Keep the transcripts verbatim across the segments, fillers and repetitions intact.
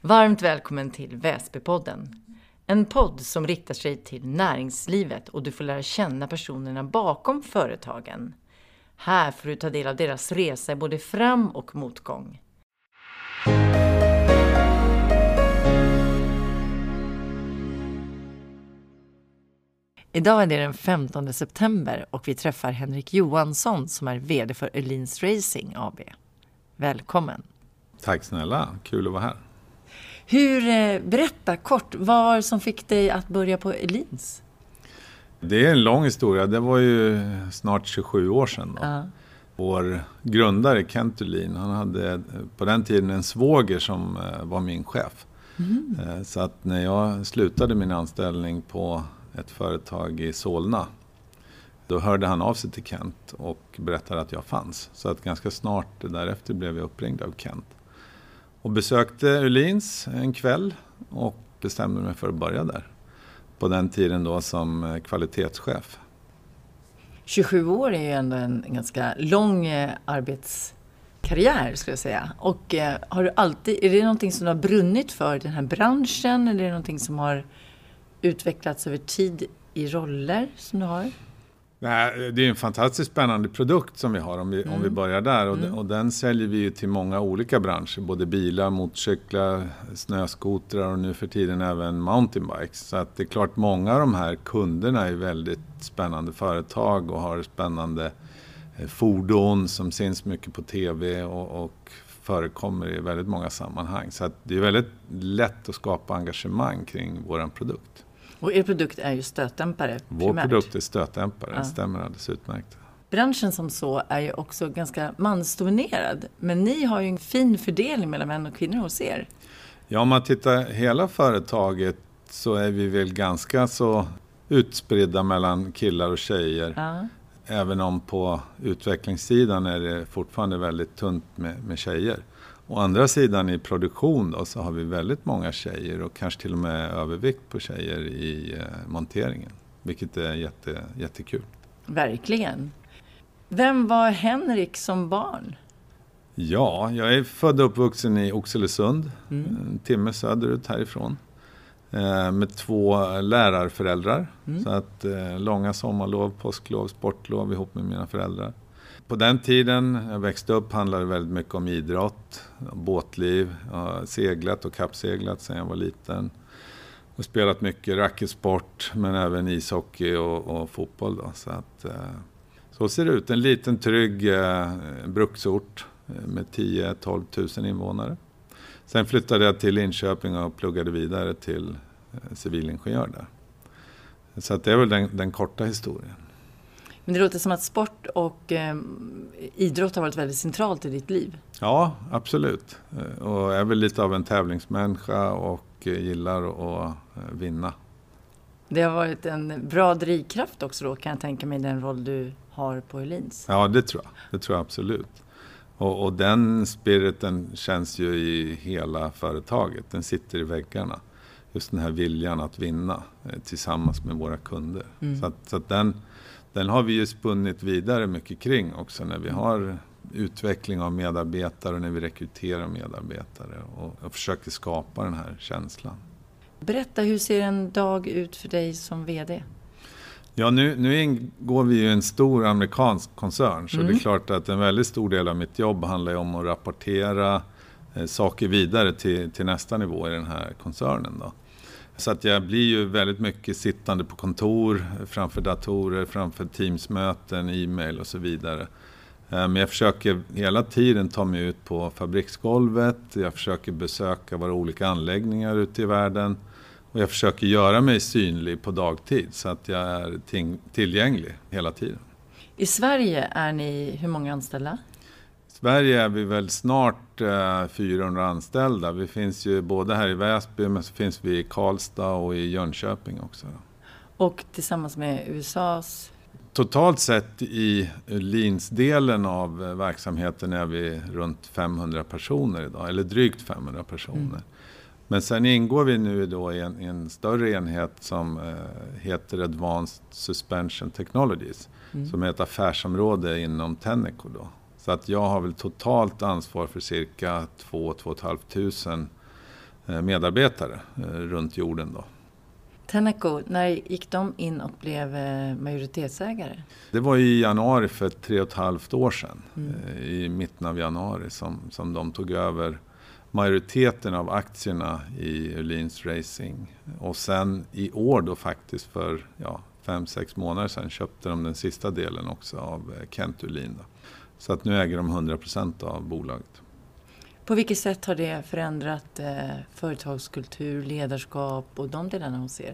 Varmt välkommen till Väsbypodden. En podd som riktar sig till näringslivet och du får lära känna personerna bakom företagen. Här får du ta del av deras resa både fram- och motgång. Idag är det den femtonde september och vi träffar Henrik Johansson som är vd för Öhlins Racing A B. Välkommen! Tack snälla, kul att vara här. Hur, berätta kort, vad som fick dig att börja på Öhlins? Det är en lång historia, det var ju snart tjugosju år sedan då. Ja. Vår grundare Kent Öhlin, han hade på den tiden en svåger som var min chef. Mm. Så att när jag slutade min anställning på ett företag i Solna, då hörde han av sig till Kent och berättade att jag fanns. Så att ganska snart därefter blev jag uppringd av Kent. Och besökte Öhlins en kväll och bestämde mig för att börja där. På den tiden då som kvalitetschef. tjugosju år är ju ändå en ganska lång arbetskarriär skulle jag säga. Och eh, har du alltid, är det någonting som du har brunnit för den här branschen? Eller är det någonting som har utvecklats över tid i roller som du har? Nej, det är en fantastiskt spännande produkt som vi har om vi, mm. om vi börjar där. Och, mm. och den säljer vi ju till många olika branscher. Både bilar, motorcyklar, snöskotrar och nu för tiden även mountainbikes. Så att det är klart många av de här kunderna är väldigt spännande företag och har spännande fordon som syns mycket på tv och, och förekommer i väldigt många sammanhang. Så att det är väldigt lätt att skapa engagemang kring våran produkt. Och er produkt är ju stötdämpare Vår primärt. produkt är stötdämpare, ja. Stämmer alldeles utmärkt. Branschen som så är ju också ganska mansdominerad. Men ni har ju en fin fördelning mellan män och kvinnor hos er. Ja, om man tittar hela företaget så är vi väl ganska så utspridda mellan killar och tjejer. Ja. Även om på utvecklingssidan är det fortfarande väldigt tunt med, med tjejer. Å andra sidan i produktion då, så har vi väldigt många tjejer och kanske till och med övervikt på tjejer i eh, monteringen. Vilket är jätte, jättekul. Verkligen. Vem var Henrik som barn? Ja, jag är född och uppvuxen i Oxelösund, Mm. en timme söderut härifrån. Eh, med två lärarföräldrar. Mm. Så att eh, långa sommarlov, påsklov, sportlov ihop med mina föräldrar. På den tiden jag växte upp handlade det väldigt mycket om idrott, båtliv, seglat och kappseglat sedan jag var liten. Och spelat mycket racketsport men även ishockey och, och fotboll. Då. Så, att, så ser det ut, en liten trygg eh, bruksort med tio till tolv tusen invånare. Sen flyttade jag till Linköping och pluggade vidare till eh, civilingenjör där. Så att det är väl den, den korta historien. Men det låter som att sport och eh, idrott har varit väldigt centralt i ditt liv. Ja, absolut. Och jag är väl lite av en tävlingsmänniska och gillar att vinna. Det har varit en bra drivkraft också då, kan jag tänka mig, den roll du har på Öhlins. Ja, det tror jag. Det tror jag absolut. Och, och den spiriten känns ju i hela företaget. Den sitter i väggarna. Just den här viljan att vinna eh, tillsammans med våra kunder. Mm. Så, att, så att den... Den har vi ju spunnit vidare mycket kring också när vi har utveckling av medarbetare och när vi rekryterar medarbetare och, och försöker skapa den här känslan. Berätta, hur ser en dag ut för dig som vd? Ja, nu, nu ingår vi ju en stor amerikansk koncern så mm. det är klart att en väldigt stor del av mitt jobb handlar om att rapportera eh, saker vidare till, till nästa nivå i den här koncernen då. Så att jag blir ju väldigt mycket sittande på kontor, framför datorer, framför teamsmöten, e-mail och så vidare. Men jag försöker hela tiden ta mig ut på fabriksgolvet, jag försöker besöka våra olika anläggningar ute i världen och jag försöker göra mig synlig på dagtid så att jag är ting- tillgänglig hela tiden. I Sverige är ni hur många anställda? I Sverige är vi väl snart eh, fyrahundra anställda. Vi finns ju både här i Väsby men så finns vi i Karlstad och i Jönköping också. Och tillsammans med U S A:s? Totalt sett i Öhlins-delen av verksamheten är vi runt femhundra personer idag, eller drygt femhundra personer. Mm. Men sen ingår vi nu då i en, i en större enhet som eh, heter Advanced Suspension Technologies, mm. som är ett affärsområde inom Tenneco då. Så att jag har väl totalt ansvar för cirka två till två och ett halvt tusen medarbetare runt jorden då. Tenneco, när gick de in och blev majoritetsägare? Det var i januari för tre och ett halvt år sedan. Mm. I mitten av januari som, som de tog över majoriteten av aktierna i Öhlins Racing. Och sen i år då faktiskt för ja, fem, sex månader sedan köpte de den sista delen också av Kent Öhlin då. Så att nu äger de hundra procent av bolaget. På vilket sätt har det förändrat eh, företagskultur, ledarskap och de delarna hos er?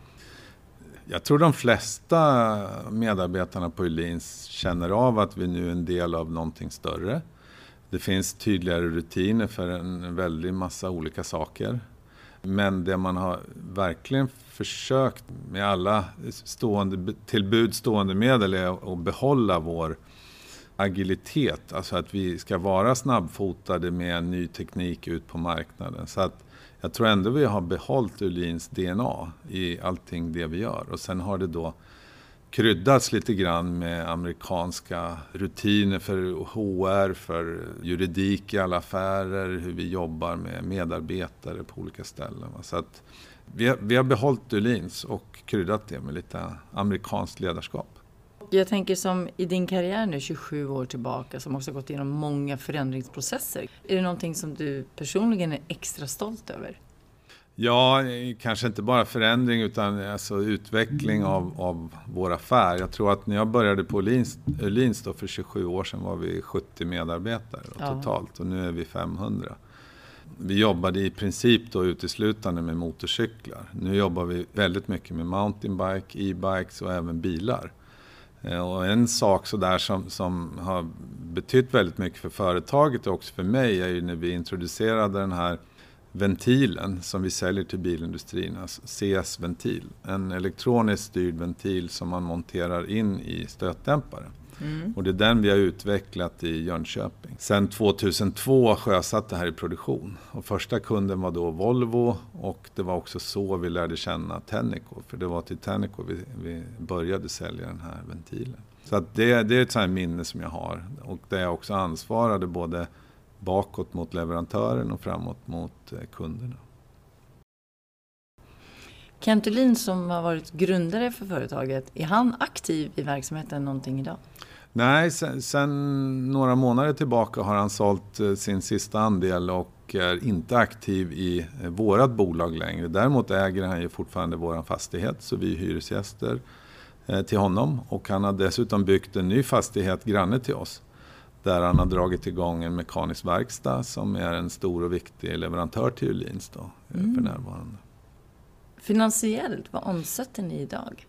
Jag tror de flesta medarbetarna på Öhlins känner av att vi nu är en del av någonting större. Det finns tydligare rutiner för en väldigt massa olika saker. Men det man har verkligen försökt med alla stående, tillbud stående medel är att behålla vår agilitet. Alltså att vi ska vara snabbfotade med ny teknik ut på marknaden. Så att jag tror ändå vi har behållit Öhlins D N A i allting det vi gör. Och sen har det då kryddats lite grann med amerikanska rutiner för H R, för juridik i alla affärer, hur vi jobbar med medarbetare på olika ställen. Så att vi har, vi har behållit Öhlins och kryddat det med lite amerikanskt ledarskap. Jag tänker som i din karriär nu tjugosju år tillbaka som också gått igenom många förändringsprocesser. Är det någonting som du personligen är extra stolt över? Ja, kanske inte bara förändring utan alltså utveckling av, av vår affär. Jag tror att när jag började på Öhlins, Öhlins då för tjugosju år sedan var vi sjuttio medarbetare då, ja. Totalt och nu är vi femhundra. Vi jobbade i princip då uteslutande med motorcyklar. Nu jobbar vi väldigt mycket med mountainbike, e-bikes och även bilar. Och en sak så där som, som har betytt väldigt mycket för företaget och också för mig är ju när vi introducerade den här ventilen som vi säljer till bilindustrin, alltså C S-ventil. En elektroniskt styrd ventil som man monterar in i stötdämparen. Mm. Och det är den vi har utvecklat i Jönköping. Sen tjugohundratvå sjösatte det här i produktion. Och första kunden var då Volvo och det var också så vi lärde känna Tenneco. För det var till Tenneco vi, vi började sälja den här ventilen. Så att det, det är ett sånt här minne som jag har. Och där jag också ansvarade både bakåt mot leverantören och framåt mot kunderna. Kent Öhlin som har varit grundare för företaget, är han aktiv i verksamheten någonting idag? Nej, sen, sen några månader tillbaka har han sålt sin sista andel och är inte aktiv i vårat bolag längre. Däremot äger han ju fortfarande våran fastighet så vi är hyresgäster till honom. Och han har dessutom byggt en ny fastighet granne till oss. Där han har dragit igång en mekanisk verkstad som är en stor och viktig leverantör till Öhlins då, mm. för närvarande. Finansiellt, vad omsätter ni idag?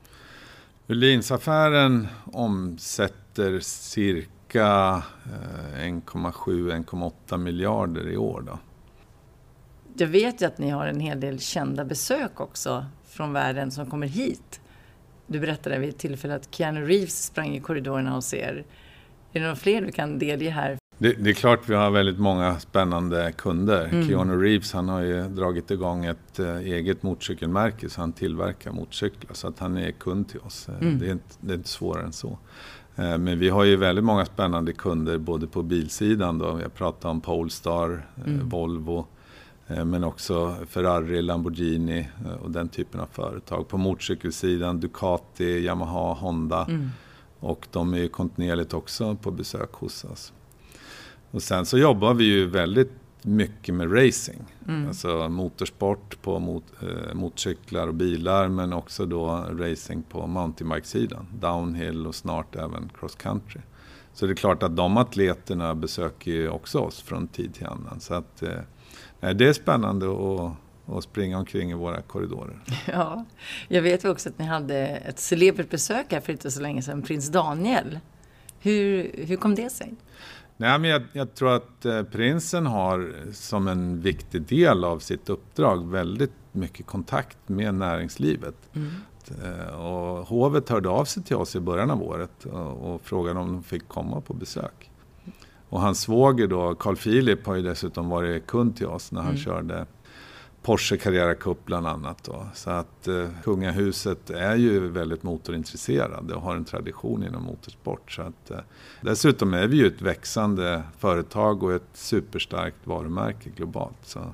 Öhlins-affären omsätter cirka en komma sju till en komma åtta miljarder i år då. Jag vet ju att ni har en hel del kända besök också från världen som kommer hit. Du berättade vid ett tillfälle att Keanu Reeves sprang i korridorerna hos er. Är det några fler du kan delge här? Det, det är klart vi har väldigt många spännande kunder. Mm. Keanu Reeves han har ju dragit igång ett äh, eget motorcykelmärke så han tillverkar motorcyklar. Så att han är kund till oss. Mm. Det, är inte, det är inte svårare än så. Äh, men vi har ju väldigt många spännande kunder både på bilsidan. Då. Vi har pratat om Polestar, mm. äh, Volvo. Äh, men också Ferrari, Lamborghini äh, och den typen av företag. På motorcykelsidan Ducati, Yamaha, Honda. Mm. Och de är ju kontinuerligt också på besök hos oss. Och sen så jobbar vi ju väldigt mycket med racing. Mm. Alltså motorsport på mot, eh, motorcyklar och bilar. Men också då racing på mountainbike-sidan. Downhill och snart även cross country. Så det är klart att de atleterna besöker ju också oss från tid till annan. Så att eh, det är spännande att och springa omkring i våra korridorer. Ja, jag vet också att ni hade ett celebert besök här för inte så länge sedan, prins Daniel. Hur, hur kom det sig? Nej, men jag, jag tror att eh, prinsen har som en viktig del av sitt uppdrag väldigt mycket kontakt med näringslivet. Mm. Eh, och hovet hörde av sig till oss i början av året och, och frågade om de fick komma på besök. Och hans svåger då, Carl Philip, har ju dessutom varit kund till oss när han mm. körde Porsche Carrera Cup bland annat då. Så att eh, kungahuset är ju väldigt motorintresserade och har en tradition inom motorsport. Så att, eh, dessutom är vi ju ett växande företag och ett superstarkt varumärke globalt. Så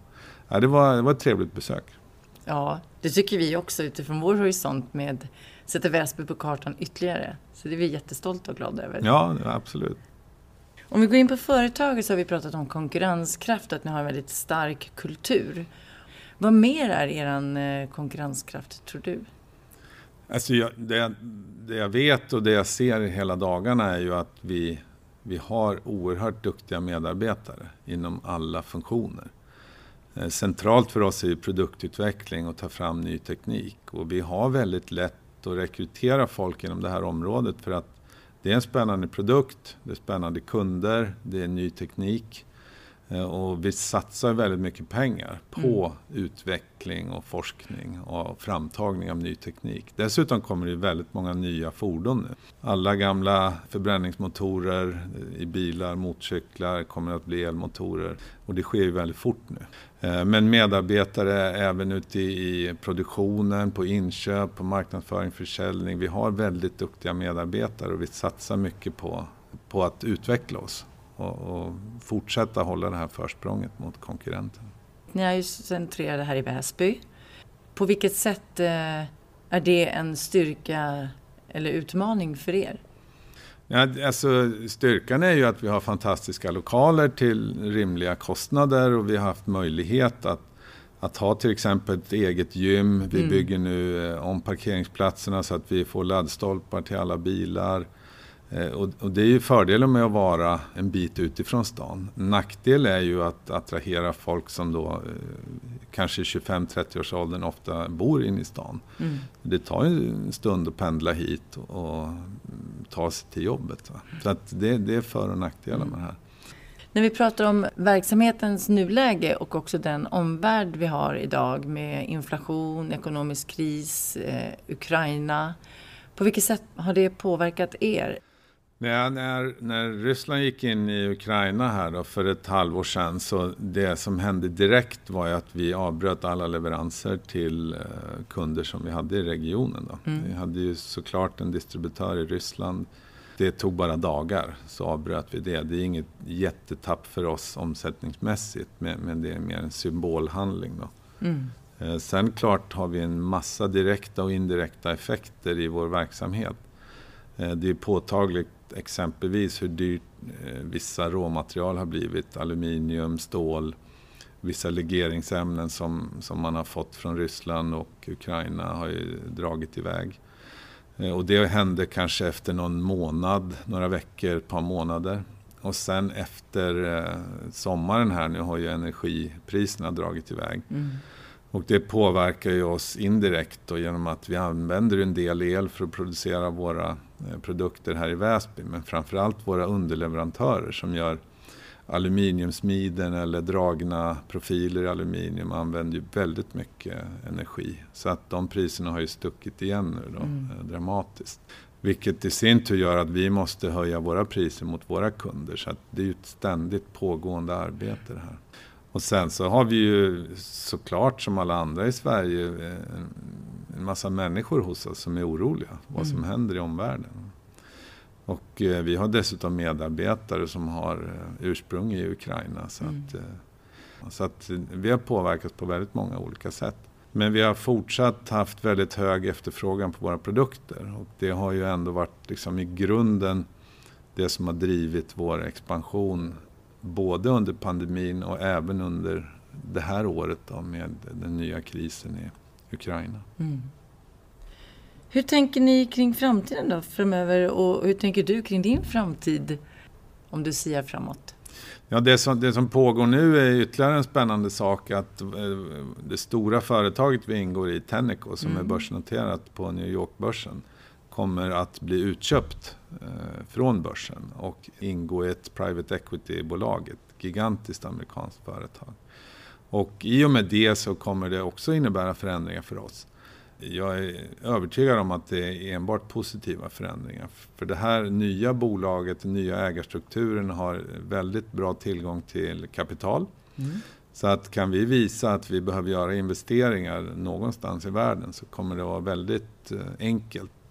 ja, det, var, det var ett trevligt besök. Ja, det tycker vi också utifrån vår horisont med sätter Väsby på kartan ytterligare. Så det är vi jättestolta och glada över. Ja, absolut. Om vi går in på företaget så har vi pratat om konkurrenskraft, att ni har en väldigt stark kultur. Vad mer är er konkurrenskraft, tror du? Alltså jag, det, det jag vet och det jag ser hela dagarna är ju att vi, vi har oerhört duktiga medarbetare inom alla funktioner. Centralt för oss är ju produktutveckling och ta fram ny teknik. Och vi har väldigt lätt att rekrytera folk inom det här området för att det är en spännande produkt, det är spännande kunder, det är ny teknik. Och vi satsar väldigt mycket pengar på mm. utveckling och forskning och framtagning av ny teknik. Dessutom kommer det väldigt många nya fordon nu. Alla gamla förbränningsmotorer i bilar, motorcyklar kommer att bli elmotorer. Och det sker ju väldigt fort nu. Men medarbetare även ute i produktionen, på inköp, på marknadsföring, försäljning. Vi har väldigt duktiga medarbetare och vi satsar mycket på, på att utveckla oss. Och, och fortsätta hålla det här försprånget mot konkurrenten. Ni är ju centrerade här i Väsby. På vilket sätt eh, är det en styrka eller utmaning för er? Ja, alltså, styrkan är ju att vi har fantastiska lokaler till rimliga kostnader och vi har haft möjlighet att, att ha till exempel ett eget gym. Vi mm. bygger nu eh, om parkeringsplatserna så att vi får laddstolpar till alla bilar. Och, och det är ju fördelen med att vara en bit utifrån stan. Nackdel är ju att attrahera folk som då eh, kanske tjugofem till trettio års åldern ofta bor in i stan. Mm. Det tar ju en stund att pendla hit och, och ta sig till jobbet. Va? Så att det, det är för- och nackdelar med det här. När vi pratar om verksamhetens nuläge och också den omvärld vi har idag med inflation, ekonomisk kris, eh, Ukraina. På vilket sätt har det påverkat er? Ja, när, när Ryssland gick in i Ukraina här då för ett halvår sedan så det som hände direkt var ju att vi avbröt alla leveranser till eh, kunder som vi hade i regionen. Då. Mm. Vi hade ju såklart en distributör i Ryssland. Det tog bara dagar så avbröt vi det. Det är inget jättetapp för oss omsättningsmässigt men, men det är mer en symbolhandling då. Mm. Eh, sen klart har vi en massa direkta och indirekta effekter i vår verksamhet. Eh, det är påtagligt exempelvis hur dyrt eh, vissa råmaterial har blivit. Aluminium, stål, vissa legeringsämnen som, som man har fått från Ryssland och Ukraina har ju dragit iväg. Eh, och det hände kanske efter någon månad, några veckor, ett par månader. Och sen efter eh, sommaren här nu har ju energipriserna dragit iväg. Mm. Och det påverkar ju oss indirekt då, genom att vi använder en del el för att producera våra eh, produkter här i Väsby. Men framförallt våra underleverantörer som gör aluminiumsmiden eller dragna profiler i aluminium använder ju väldigt mycket energi. Så att de priserna har ju stuckit igen nu då, mm. eh, dramatiskt. Vilket i sin tur gör att vi måste höja våra priser mot våra kunder. Så att det är ju ett ständigt pågående arbete det här. Och sen så har vi ju såklart som alla andra i Sverige en, en massa människor hos oss som är oroliga vad som mm. händer i omvärlden. Och eh, vi har dessutom medarbetare som har eh, ursprung i Ukraina. Så, mm. att, eh, så att vi har påverkats på väldigt många olika sätt. Men vi har fortsatt haft väldigt hög efterfrågan på våra produkter. Och det har ju ändå varit liksom i grunden det som har drivit vår expansion både under pandemin och även under det här året då, med den nya krisen i Ukraina. Mm. Hur tänker ni kring framtiden då framöver och hur tänker du kring din framtid om du ser framåt? Ja, det som, det som pågår nu är ytterligare en spännande sak att eh, det stora företaget vi ingår i, Tenneco, som mm. är börsnoterat på New York-börsen, kommer att bli utköpt eh, från börsen och ingå i ett private equity-bolag, ett gigantiskt amerikanskt företag. Och i och med det så kommer det också innebära förändringar för oss. Jag är övertygad om att det är enbart positiva förändringar. För det här nya bolaget, den nya ägarstrukturen har väldigt bra tillgång till kapital. Mm. Så att kan vi visa att vi behöver göra investeringar någonstans i världen så kommer det vara väldigt enkelt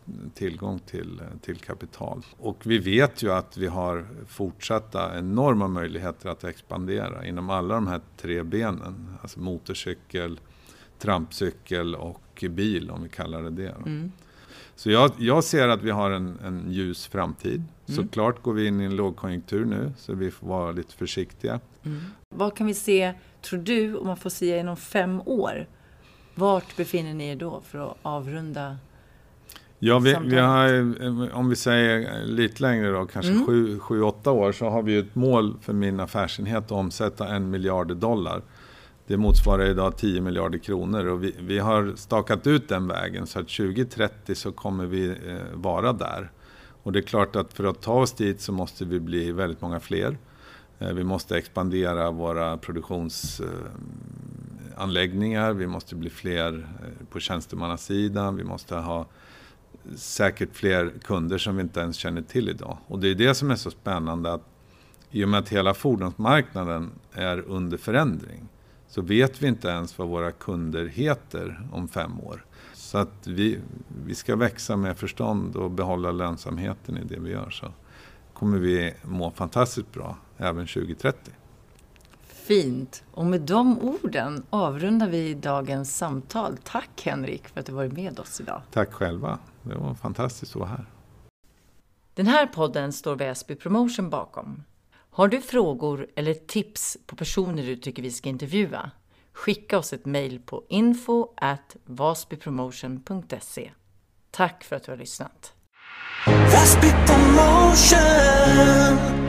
tillgång till, till kapital. Och vi vet ju att vi har fortsatta enorma möjligheter att expandera inom alla de här tre benen. Alltså motorcykel, trampcykel och bil, om vi kallar det det. Mm. Så jag, jag ser att vi har en, en ljus framtid. Mm. Såklart går vi in i en lågkonjunktur nu, så vi får vara lite försiktiga. Mm. Vad kan vi se, tror du, om man får se inom fem år? Vart befinner ni er då för att avrunda? Ja, vi, vi har, om vi säger lite längre då, kanske mm. sju, sju, åtta år, så har vi ett mål för min affärsenhet att omsätta en miljard dollar. Det motsvarar idag tio miljarder kronor, och vi, vi har stakat ut den vägen, så att tjugo trettio så kommer vi eh, vara där. Och det är klart att för att ta oss dit så måste vi bli väldigt många fler. Eh, vi måste expandera våra produktionsanläggningar, eh, vi måste bli fler eh, på tjänstemannasidan, vi måste ha säkert fler kunder som vi inte ens känner till idag. Och det är det som är så spännande, att i och med att hela fordonsmarknaden är under förändring, så vet vi inte ens vad våra kunder heter om fem år. Så att vi, vi ska växa med förstånd och behålla lönsamheten i det vi gör, så kommer vi må fantastiskt bra även tjugo trettio. Fint. Och med de orden avrundar vi dagens samtal. Tack Henrik för att du varit med oss idag. Tack själva. Det var fantastiskt att vara här. Den här podden står Väsby Promotion bakom. Har du frågor eller tips på personer du tycker vi ska intervjua? Skicka oss ett mejl på info at vasbypromotion punkt se. Tack för att du har lyssnat. Väsby Promotion.